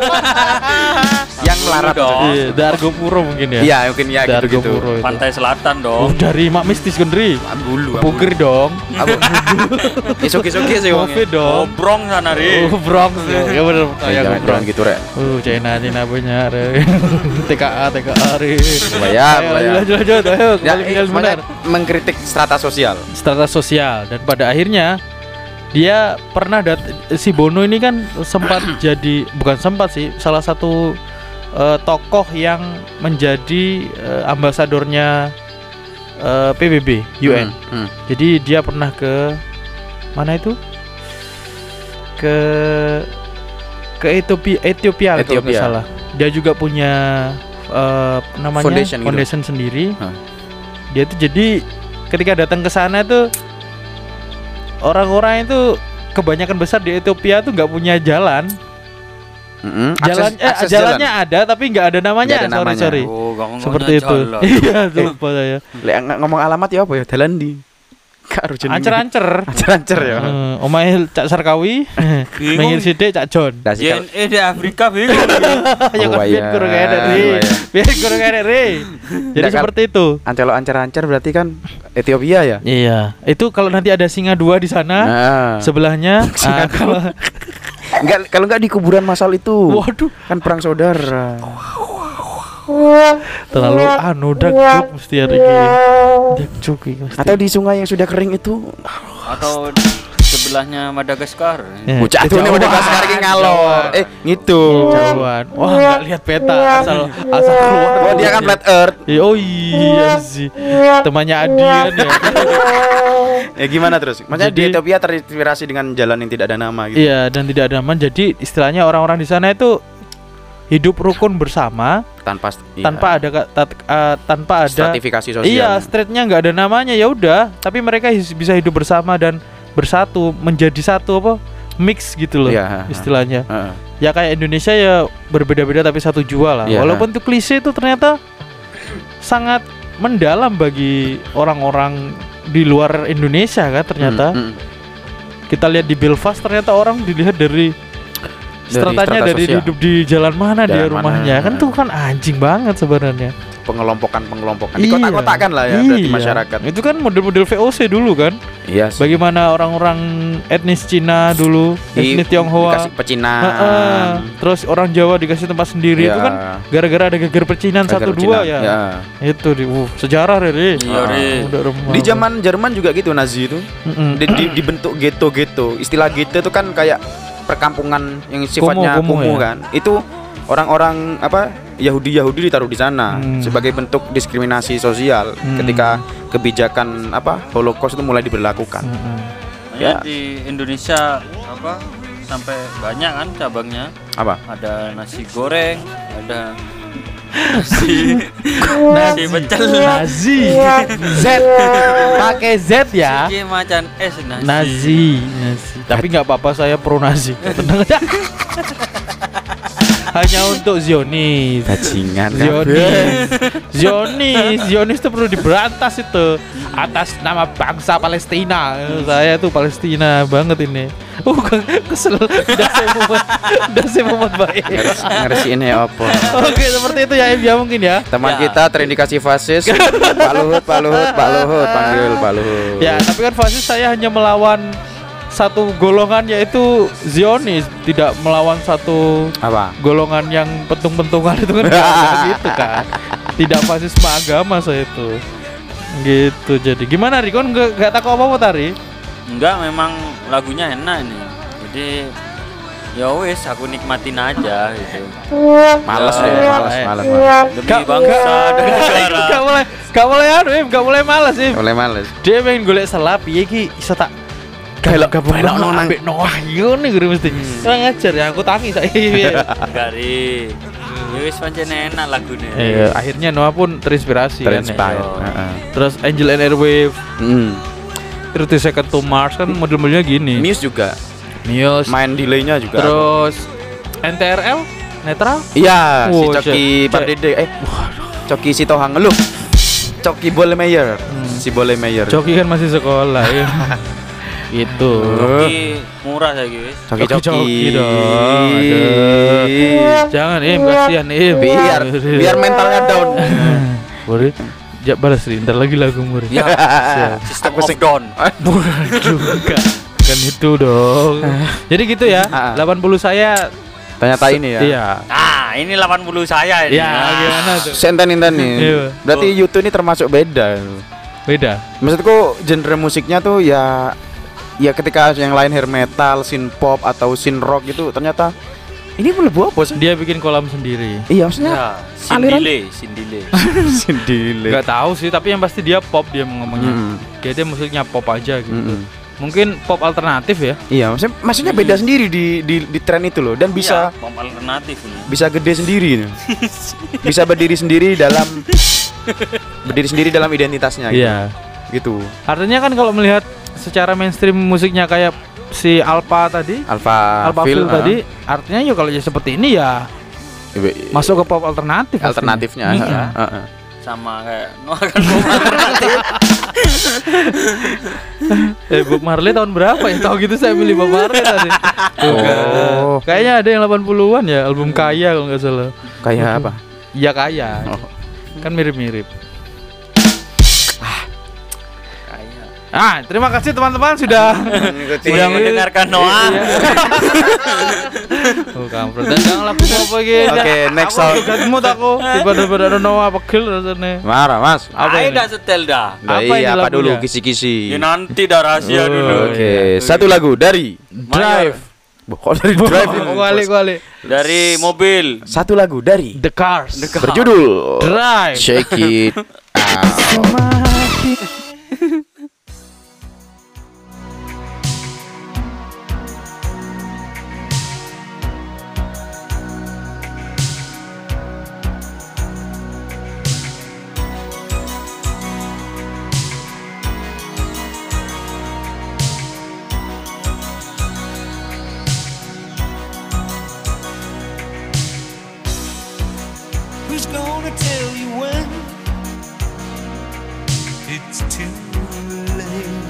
Yang melarat dong. Iya, Dargopuro mungkin ya. Iya, mungkin ya gitu-gitu. Dargopuro itu. Pantai Selatan Oh, dong. dari Mak Mistis Gendri. Ambulu. Pukir dong. Isuk-isuk sih Kopi wongnya. Oh, dong. Brong sana, Ri. Oh, Bronx ya. Ya bener. Oh, ya Jangan Bronx. jangan gitu, Rek. Uh, China, China punya re. T K A, T K A re. Bayar, Ayo, bayar. lanjut, lanjut, ayo, Ya, kembali eh, tinggal sebentar. semuanya mengkritik strata sosial. Strata sosial dan pada akhirnya dia pernah dat si Bono ini kan sempat jadi bukan sempat sih salah satu eh, tokoh yang menjadi eh, ambasadornya eh, P B B U N. Hmm, hmm. Jadi dia pernah ke mana itu? Ke ke Ethiopia, Ethiopia kalau nggak Ethiopia. salah. Dia juga punya eh, namanya Foundation gitu. foundation sendiri. Hah. Dia tuh jadi ketika datang ke sana tuh orang-orang itu kebanyakan besar di Ethiopia tuh nggak punya jalan. Mm-mm. Jalan Akses- eh, akses jalannya ada tapi nggak ada namanya. Nggak ada sorry namanya. sorry. Oh, gak Seperti itu. Iya, lupa saya. Lek ng- ngomong alamat ya apa ya? Dalan di. Karo jenenge. Ancer-ancer. Ancer-ancer ya. Eh, omahe Cak Sarkawi, Bingung. mengir sithik Cak John. Dah sih, D N A di Afrika bingung. Ya Oh, kan biar iya. kurang ada Oh, re. iya. Biar kurang ada re. Jadi Nggak, kan- seperti itu. Ancelo ancer-ancer berarti kan Ethiopia ya? Iya, itu kalau nanti ada singa dua di sana, Nah. sebelahnya ah, kalau Enggak, kalau enggak di kuburan masal itu. waduh, Kan perang saudara. terlalu anu dakjuk mesti hari ini. Dakjuk iki mesti. Atau di sungai yang sudah kering itu. Atau sebelahnya Madagaskar. Ya, Bocah tuh nih kejauhan. udah sekarang lagi ngalor. Kejauhan. Eh, gitu. Kejauhan. Wah, enggak lihat peta asal asal keluar. Oh, dia kan flat earth. Ya, oh iya sih. Temannya Adi kan ya. Ya gimana terus? Maksudnya di Jadi- Ethiopia terinspirasi dengan jalan yang tidak ada nama gitu. Iya, dan tidak ada aman. Jadi istilahnya orang-orang di sana itu hidup rukun bersama Tanpa iya. tanpa ada ka- tat- eh, tanpa ada stratifikasi sosial. iya, streetnya nggak ada namanya ya udah, tapi mereka his- bisa hidup bersama dan bersatu menjadi satu apa? Mix gitu loh Iya, ha, ha. istilahnya. Heeh. Ya kayak Indonesia ya berbeda-beda tapi satu jua lah. Iya. Walaupun itu klise itu ternyata sangat mendalam bagi orang-orang di luar Indonesia kan ternyata. Hmm, hmm. Kita lihat di Belfast ternyata orang dilihat dari Dari stratanya strata dari sosial. hidup di jalan mana dia Jalan rumahnya. mana. Kan tuh kan anjing banget sebenarnya. Pengelompokan-pengelompokan di Iya. kota-kotakan lah ya berarti Iya. masyarakat. Itu kan model-model V O C dulu kan. Iya sih. Bagaimana orang-orang etnis Cina dulu, Di- etnis Tionghoa. dikasih pecinan. Heeh. Terus orang Jawa dikasih tempat sendiri Iya. itu kan gara-gara ada geger pecinan Geger satu dua pecinan, ya. ya. Itu di uh, sejarah Rere. Iya, Ri. Udah remah. Di zaman Jerman juga gitu Nazi itu. Mm-mm. Di, di- dibentuk ghetto-ghetto. Istilah ghetto itu kan kayak perkampungan yang sifatnya Kumuh, kumuh kumuh ya? kan. Itu orang-orang apa Yahudi-Yahudi ditaruh di sana Hmm. sebagai bentuk diskriminasi sosial Hmm. ketika kebijakan apa Holocaust itu mulai diberlakukan. Mm-mm. Ya. Ya. Di Indonesia apa sampai banyak kan cabangnya. Apa? Ada nasi goreng, ada nasi nasi pecel, Nazi. Z. Pakai Z ya. Iki macan es nasi. Nazi, Nazi. Tapi nggak apa-apa saya pro Nazi. Tenang aja. Hanya untuk Zionis. Bajingan kan? Zionis, Zionis, Zionis itu perlu diberantas itu atas nama bangsa Palestina. Saya tuh Palestina banget ini. Uh, kesel. Udah saya mumet, udah saya mumet baik. Ngersi ini apa? Oke, seperti itu ya, ya mungkin ya. Teman Ya. kita terindikasi fasis. Pak Luhut, Pak Luhut, Pak Luhut, panggil Pak Luhut. Ya, tapi kan fasis saya hanya melawan satu golongan yaitu Zionis, tidak melawan satu Apa? golongan yang pentung-pentungan itu kan nggak nggak gitu kan. Tidak fasisme agama saya itu. Gitu jadi. Gimana Ri? Kon nggak nggak takut apa-apa tari? Enggak, memang lagunya enak nih. Jadi ya wis aku nikmatin aja gitu. Males Ya. deh, males, males, males. Demi Gak- bangsa dan negara. Gak boleh, gak boleh anu, Im, gak boleh malas Im. Boleh males. Dia pengen golek selap, iya ki iso tak Belok- gabung belok nang nang- ambek Noah yo nih guru mesti. Kurang ajar ya, aku tangi saiki. Enggak ri. Ya wis pancen enak lagune. Iya, akhirnya Noah pun terinspirasi kan. Terinspire. ya. Heeh. Terus Angel and Airwave. Hmm. thirty Seconds to Mars kan model-modelnya gini. Muse juga Muse. main delaynya juga. Terus N T R L netral? Iya, si Oh, Coki shit. Pardede eh Coki Sitohang lu. Coki Bolemeyer. Si Bolemeyer. Coki kan masih sekolah ya. Gitu. Coki murah saya guys. Coki Coki dong. Aduh. Jangan Im, kasihan Im. Biar biar mentalnya down. Muri, ja, balas Ri, ntar lagi lagu Muri. Ya, sistem Aku of sing- down. Waduh, bukan. Kan itu dong. Jadi gitu ya. Ah. delapan puluh saya Ternyata ini ya. iya. Nah, ini delapan puluh saya ini. Ya, Nah. gimana tuh? Senten-enten nih. Iya. Berarti YouTube ini termasuk beda. Beda. Maksudku genre musiknya tuh ya ya ketika yang lain hair metal, synth pop atau synth rock gitu ternyata ini melebu apa sih? Dia bikin kolam sendiri. Iya maksudnya Ya, aliran- Sindile, Sindile. sendiri. Gak tahu sih, tapi yang pasti dia pop dia ngomongnya. Mm. Dia dia musiknya pop aja gitu. Mm-mm. Mungkin pop alternatif ya. Iya, maksudnya maksudnya beda sendiri di di di tren itu loh dan bisa Iya, pop alternatif ini. bisa gede sendiri nih. Bisa berdiri sendiri dalam berdiri sendiri dalam identitasnya gitu. Iya. Gitu. Artinya kan kalau melihat secara mainstream musiknya kayak si Alpha tadi, Alpha, Alpha Phil, Phil tadi, artinya ya kalau ya seperti ini ya uh, masuk ke pop alternatif. pastinya. alternatifnya. Iya. uh, uh, uh. Sama kayak no akan pop alternatif. Eh Bob Marley tahun berapa ya? Tahu gitu saya milih Bob Marley tadi. Bukan. Oh. Kayaknya ada yang delapan puluhan ya, album Kaya kalau nggak salah. Kayak apa? Iya Kaya. Oh. Kan mirip-mirip. Kayak Ah, terima kasih teman-teman sudah sudah mendengarkan Noah. Iya. Oh, kampret. Dan jangan laku apa gitu. Oke, next Aku song. ketemu aku tiba-tiba ada Noah pegel rasanya. Marah, Mas. Apa Ayo ini? dah setel dah. Nah, Apa ini iya, apa dulu lagunya? kisi-kisi. Ya nanti dah rahasia Oh, dulu. Oke, satu lagu dari Drive. Kok dari Drive ini? Kuali kuali. Dari mobil. Satu lagu dari The Cars. berjudul Drive. Shake It Out. Who's gonna tell you when it's too late?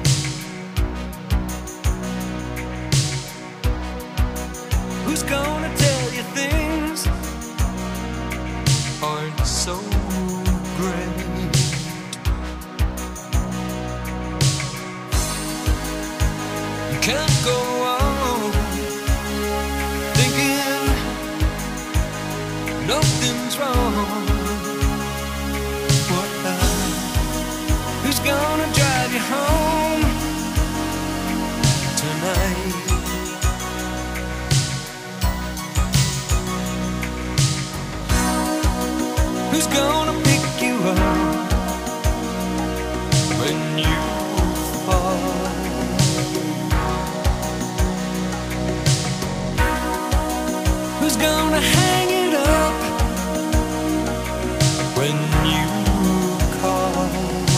Who's gonna tell you things aren't so great? You can't go on thinking nothing's wrong. What now? Who's gonna drive you home tonight? Who's gonna pick you up when you fall? Who's gonna hang it up when you call?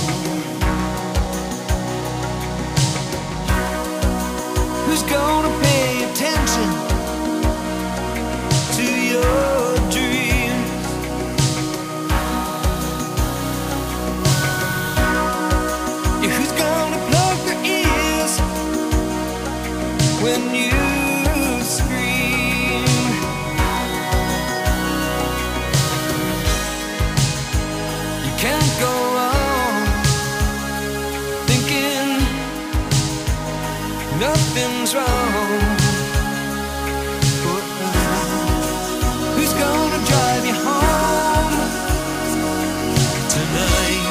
Who's gonna pay attention to your dreams? Yeah, who's gonna plug their ears when you scream? You can't go on thinking nothing's wrong. Who's gonna drive you home tonight?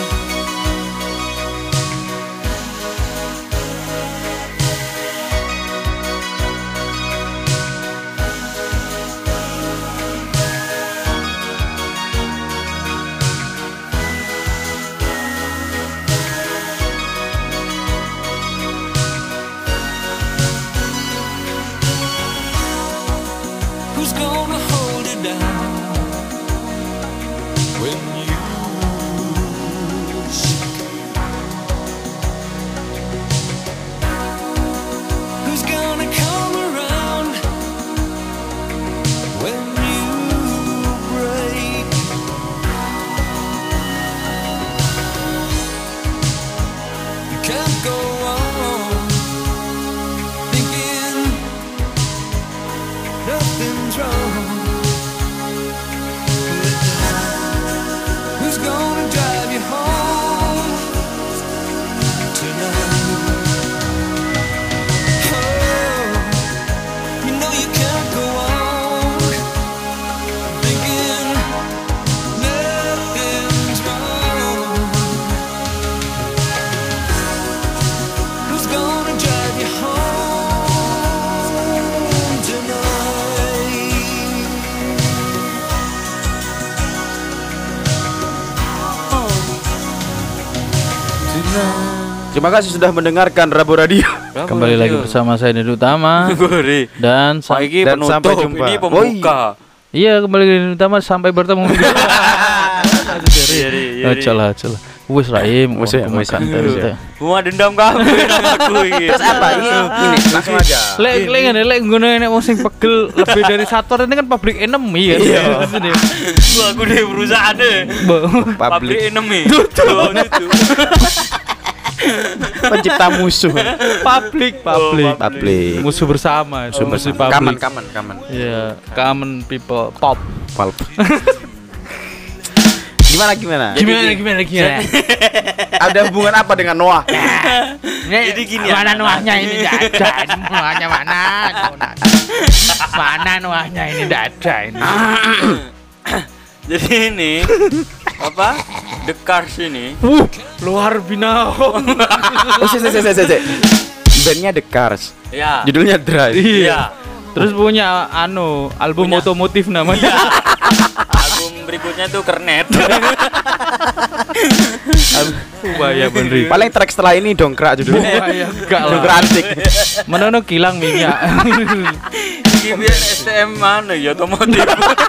Terima kasih sudah mendengarkan Rabu Radio. Kembali lagi bersama saya Nedi Utama Gori. dan sam- Pagi dan penutup, sampai jumpa. ini pembuka. iya kembali lagi Nedi Utama sampai bertemu. Iya, Acalah, acalah. Wis Raim, Wis ya, wis. Gua dendam kamu sama aku iki. Terus apa? Ini ini langsung aja. Lek lek ngene lek ngono nek wong sing pegel lebih dari satu ini kan public enemy kan. Iya. Gua aku deh perusahaan deh. Publik Pabrik enemy. Tuh, itu. pencipta musuh. Public, public. Publik. Musuh bersama, musuh Kaman, public. kaman, kaman. Iya, common people, pop. Pulp. Gimana gimana? Gimana gimana gimana? Ada hubungan apa dengan Noah? Jadi gini, mana anak-anak. Noahnya ini tidak ada, Noahnya mana? Mana Noahnya ini tidak ada ini. Jadi ini apa? The Cars ini. Uh, luar binau. Oh, sih, sih, sih, sih, sih. Bandnya The Cars. Ya. Judulnya Drive. Iya. Terus punya anu album Punya. otomotif namanya. Album berikutnya tuh Kernet. Bahaya bener. Paling track setelah ini dongkrak judulnya. Bahaya enggak lah. Dongkrak antik. Menono kilang minyak. Gibian S T M mana ya otomotif.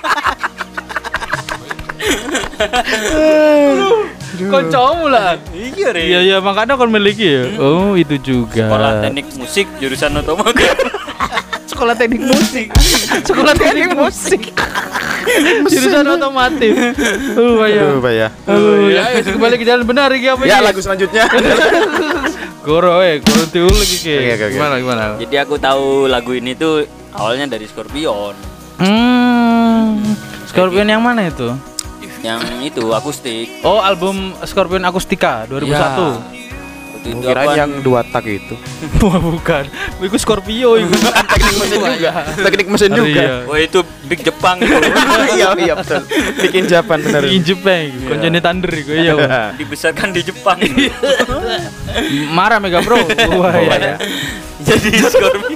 Koncomu lah. Iya, Re. Iya iya makanya kon miliki ya. Oh, itu juga. Sekolah teknik musik jurusan otomotif. Sekolah teknik musik. Sekolah teknik musik. Jurusan otomotif. Oh, bahaya. Aduh, bahaya. Oh, ya, ya, kembali ke jalan benar iki apa Ya, iki? lagu selanjutnya. Goro eh, goro tiul lagi ke. Oke, oke, oke. Gimana gimana? Jadi aku tahu lagu ini tuh awalnya dari Scorpion. Hmm. Scorpion yang mana itu? Yang itu akustik. Oh, album Scorpion Akustika dua ribu satu. Waktu itu Kirain apa? yang dua tak itu. Wah, bukan. Itu Scorpio itu. Teknik mesin juga. Teknik mesin juga. Iya. Oh itu Big Jepang itu. Iya, iya betul. Bikin Japan benar. Di Jepang, koncone Thunder iku iya. Dibesarkan di Jepang. Marah Mega Bro. Wah, iya. Jadi Scorpion.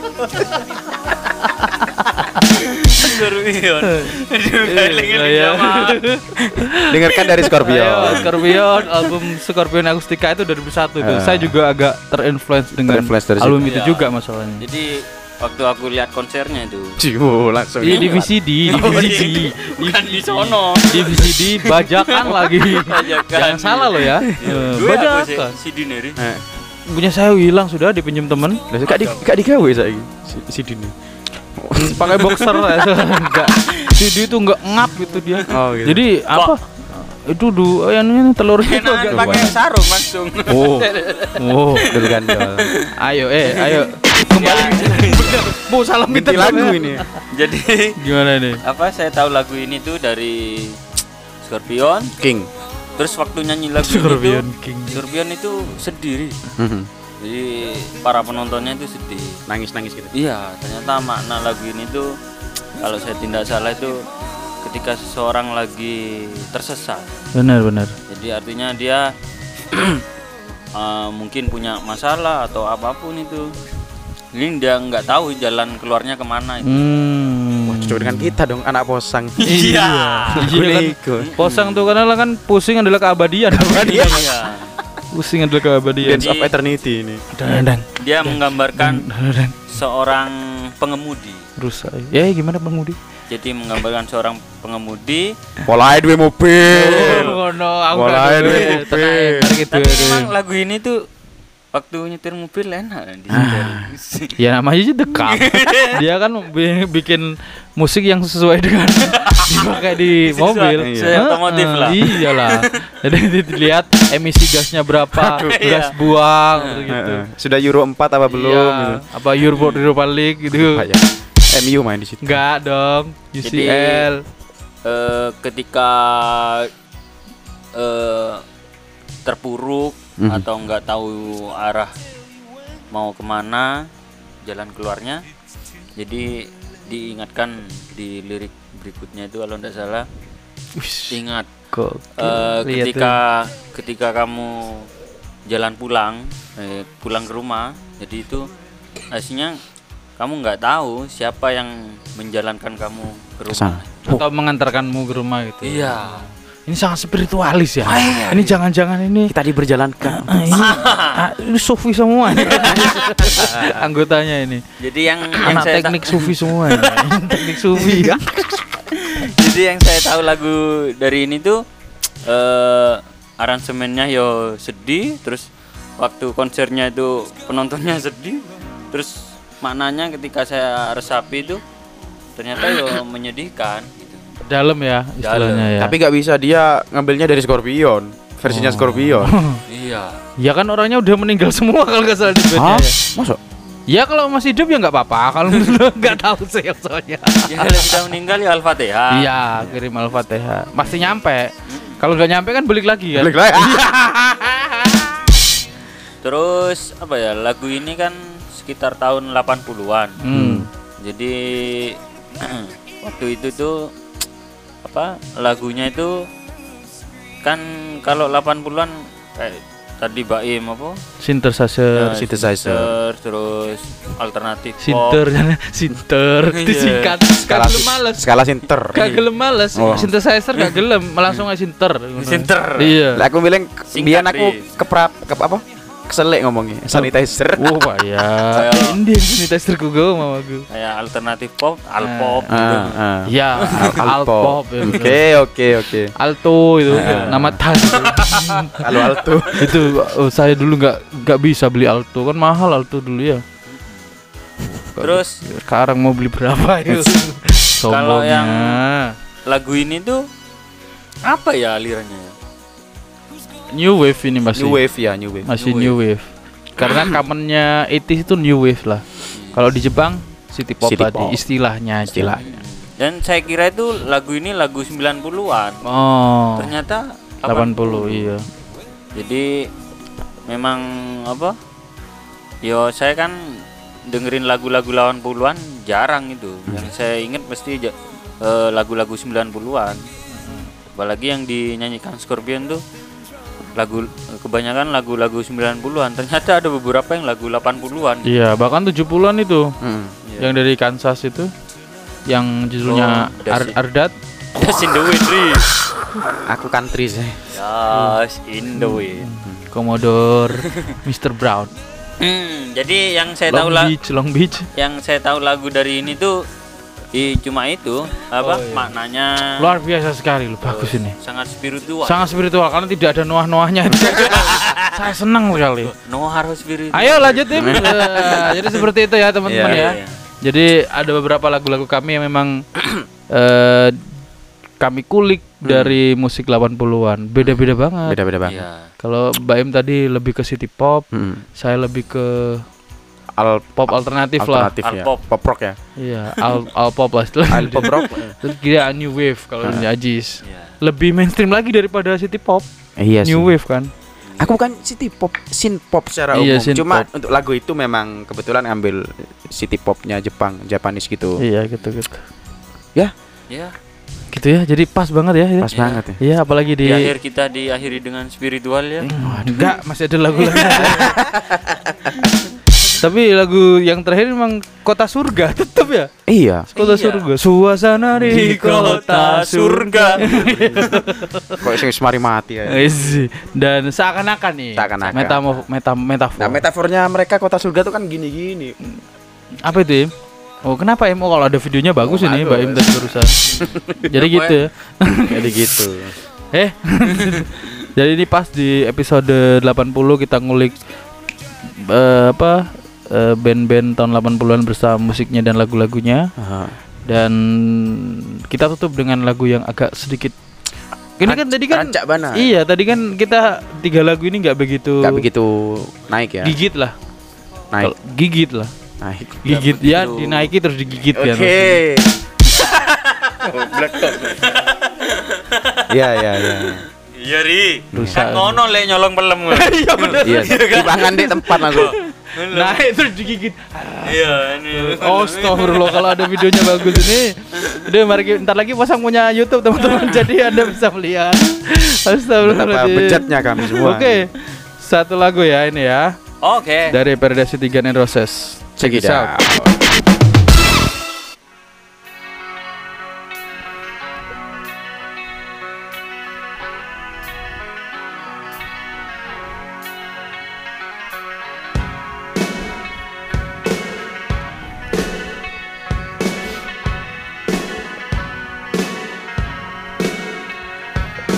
Scorpion. Iya, iya. Dengarkan dari Scorpio. Ayo, Scorpion, album Scorpion Akustika itu dua ribu satu tuh. Ah. Saya juga agak terinfluence dengan Terinfluence dari album situ. itu Iya. juga masalahnya. Jadi waktu aku lihat konsernya itu. Ciu, langsung. Di D V C D, D V C D, Bukan di sono. D V C D bajakan lagi. Bajakan. Jangan salah loh ya. Eh, Gue aku sih Bajakan. si Dineri. Eh, Punya saya hilang sudah dipinjam temen. lah kak di kak digawe saiki si, si Dini. Pakai boxer enggak. Si dia itu enggak ngap gitu dia. Oh, gitu. Jadi apa? Itu du, yang ini telurnya itu Enakan agak pakai banyak. sarung langsung. Oh, oh, Dul gandol. ayo, eh, ayo kembali. Bu salam Ganti minta lagu ini. Jadi Gimana nih? apa saya tahu lagu ini tuh dari Scorpion. King. Terus waktu nyanyi lagu Scorpion itu King. Scorpion itu sedih. Mhm. Jadi para penontonnya itu sedih. Nangis-nangis gitu. Iya, ternyata makna lagu ini tuh kalau saya tidak salah itu ketika seseorang lagi tersesat. Benar, benar. Jadi artinya dia uh, mungkin punya masalah atau apapun itu. Ini dia nggak tahu jalan keluarnya kemana itu. Hmm. Wah, cocok dengan kita dong, anak posang. Iya. Iya kan. Iku. Posang tuh karena kan pusing adalah keabadian. Abadian. Iya. Pusing adalah keabadian. Dance of Eternity ini. Dan Dia menggambarkan dan seorang pengemudi. rusak. Ya gimana pengemudi? Jadi menggambarkan seorang pengemudi. Polahe duwe mobil. Oh no, aku Walain nggak duwe duwe. mobil. Tenang, gitu. Tapi memang lagu ini tuh waktu nyetir mobil enak di Ya namanya aja dekat. Dia kan bi- bikin musik yang sesuai dengan dipakai di Sesuai- mobil. sesuai otomotif Heeh, lah. Iyalah. Jadi dilihat emisi gasnya berapa, gas Iya. buang gitu. Heeh. Sudah Euro empat apa belum Iya, gitu. apa Euro Europa League gitu. Apa ya? M U main di situ. Enggak dong, U C Jadi, L. Eh, ketika eh, terpuruk Mhm. atau nggak tahu arah mau kemana jalan keluarnya, jadi diingatkan di lirik berikutnya itu kalau tidak salah, ingat Kok eh, ketika ketika kamu jalan pulang eh, pulang ke rumah, jadi itu aslinya kamu nggak tahu siapa yang menjalankan kamu ke rumah. Kesana. atau mengantarkanmu ke rumah gitu. Iya. ini sangat spiritualis ya. Ini jangan-jangan ini Kita diberjalankan. ah, ini, ah, ini sufi semua ini. Anggotanya ini. Jadi yang yang Anak saya ta- teknik sufi semua ini. Teknik sufi ya. jadi yang saya tahu lagu dari ini tuh eh aransemennya yo sedih, terus waktu konsernya itu penontonnya sedih, terus maknanya ketika saya resapi itu ternyata yo menyedihkan gitu. Dalam ya istilahnya ya. Tapi nggak bisa, dia ngambilnya dari Scorpion, versinya Scorpion. Iya. Ya kan orangnya udah meninggal semua kalau nggak salah di bandnya. Hah? Ya. Masuk? Ya kalau masih hidup ya nggak apa-apa. Kalau nggak tahu saya soalnya. Ya kalau sudah meninggal ya Al-Fatihah. Iya, kirim Al-Fatihah. Pasti nyampe. Kalau nggak nyampe kan balik lagi kan. Balik lagi. Terus apa ya, lagu ini kan sekitar tahun delapan puluhan. Hmm. Jadi waktu itu tuh apa lagunya itu kan kalau delapan puluhan kayak tadi Baim apa? Synthesizer, Ya, synthesizer. terus alternatif pop. Sinter, sinter, Iya. disingkat. Skala Kagak males. skala sinter. Gak gelem males. Oh. Synthesizer gak gelem, langsung aja sinter. Sinter. Iya. Lah aku bilang Singkat, biar aku Riz. keprap ke apa? Keselek ngomongnya. Sanitizer. Wah, Pak ya. Kayak- Ini sanitizer ku gue mau aku. Kayak alternatif pop, alpop gitu. Ah, ah. Ya, Alpop. ya, bener. Oke, oke, oke. Alto itu nama tas itu. Kalau alto. itu oh, saya dulu nggak nggak bisa beli Alto, kan mahal Alto dulu ya. Terus Sekarang mau beli berapa ya? Kalau yang- Sombongnya. lagu ini tuh apa ya alirannya ya? New wave ini masih. New wave ya, new wave. Masih New new wave. Karena kamennya delapan puluh itu new wave lah. Kalau di Jepang city pop City tadi pop. istilahnya aja. Istilahnya. Dan saya kira itu lagu ini lagu sembilan puluhan. Oh. Ternyata delapan puluh iya. Jadi memang apa? Yo saya kan dengerin lagu-lagu delapan puluhan jarang itu. Yang saya ingat pasti ja- eh, lagu-lagu sembilan puluhan. Apalagi yang dinyanyikan Scorpion tuh lagu kebanyakan lagu-lagu sembilan puluhan. Ternyata ada beberapa yang lagu delapan puluhan. Iya, bahkan tujuh puluhan itu. Hmm. Yang dari Kansas itu yang judulnya Oh, Ar- Dasi. Ardat. That's in the wind, Riz. Aku country sih. Yes, in the wind. Commodore mister Brown. Hmm, jadi yang saya tahu Long lah, Beach, Long Beach. yang saya tahu lagu dari ini tuh i, cuma itu apa Oh, iya. maknanya Luar biasa sekali loh, bagus ini. sangat spiritual. Sangat spiritual karena tidak ada noah-noahnya. Saya senang sekali. No harus spiritual. Ayo lanjut tim. Eh, jadi seperti itu ya teman-teman Iya, ya. iya. Jadi ada beberapa lagu-lagu kami yang memang eh, kami kulik dari musik delapan puluhan. Beda-beda banget. Beda-beda banget. Iya. Kalau Mbak Im tadi lebih ke city pop, Hmm. saya lebih ke Al pop alternatif lah. alternatif ya. Al-pop. Pop rock ya. Iya, al, al pop lah istilahnya. Al pop rock. Terus dia new wave kalau di Ajis. Iya. Lebih mainstream lagi daripada city pop. Iya New wave kan. Aku bukan city pop, synth pop secara Iya, umum. synth Cuma pop. untuk lagu itu memang kebetulan ngambil city popnya Jepang, Japanese gitu. Iya gitu-gitu. Ya. Gitu ya. Jadi pas banget ya. Pas Iya. banget ya. Iya, apalagi di Di akhir kita diakhiri dengan spiritual ya. enggak, masih ada lagu lagi. Tapi lagu yang terakhir memang Kota Surga tetap ya. Iya. Kota Iya. Surga. Suasana di kota surga. Kok sing semari mati ya. Isi. Dan seakan-akan nih. Seakan-akan. Metamo- meta metafor. Nah, metafornya mereka kota surga tuh kan gini-gini. Apa itu, Im? Oh, kenapa Im? Oh, kalau ada videonya bagus Oh, ini, bagus. Mbak Im tadi barusan. Jadi gitu ya. Jadi gitu. Eh. Jadi ini pas di episode delapan puluh kita ngulik eh, apa? eh, band-band tahun delapan puluhan bersama musiknya dan lagu-lagunya. Aha. Dan kita tutup dengan lagu yang agak sedikit. Ini kan tadi kan Rancak bana. Iya, tadi kan kita tiga lagu ini nggak begitu Gak begitu naik ya. gigit lah. Naik. Kalau gigit lah. Naik. Gigit begitu. ya, dinaiki terus digigit kan. Oke. Iya, iya, iya. Iya, Ri. Rusak. Kan ngono lek nyolong pelem. Iya benar. Iya, dipangan di tempat aku. Naik terus digigit. Iya, ini. Oh, astagfirullah, kalau ada videonya bagus ini. Udah mari kita, ntar lagi pasang punya YouTube teman-teman. Jadi Anda bisa melihat. Betapa Astagfirullahaladzim. bejatnya kami semua. Oke. Satu lagu ya ini ya. Oke. Dari Paradise City Guns N' Roses. Check it out.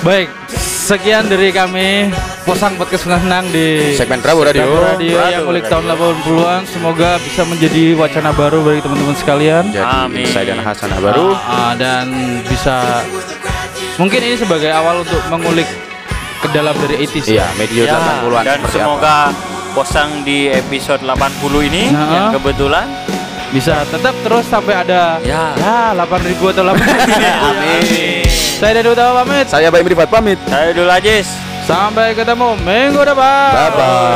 Baik, sekian dari kami Posang Podcast Senang-Senang di Segmen Prabu Radio. Prabu Radio Prabu yang ulik Radio. tahun delapan puluhan. Semoga bisa menjadi wacana baru bagi teman-teman sekalian. Jadi Amin. insight dan hasanah baru. Ah, ah, dan bisa mungkin ini sebagai awal untuk mengulik ke dalam dari delapan puluh. Iya, media Ya, delapan puluhan dan seperti semoga Posang di episode delapan puluh ini Nah. yang kebetulan Bisa tetap terus sampai ada Ya. delapan ribu atau delapan ribu. Amin. Saya Dani Utama pamit. Saya Baim Rifat pamit. Saya Dul Ajis. Sampai ketemu minggu depan. Bye bye.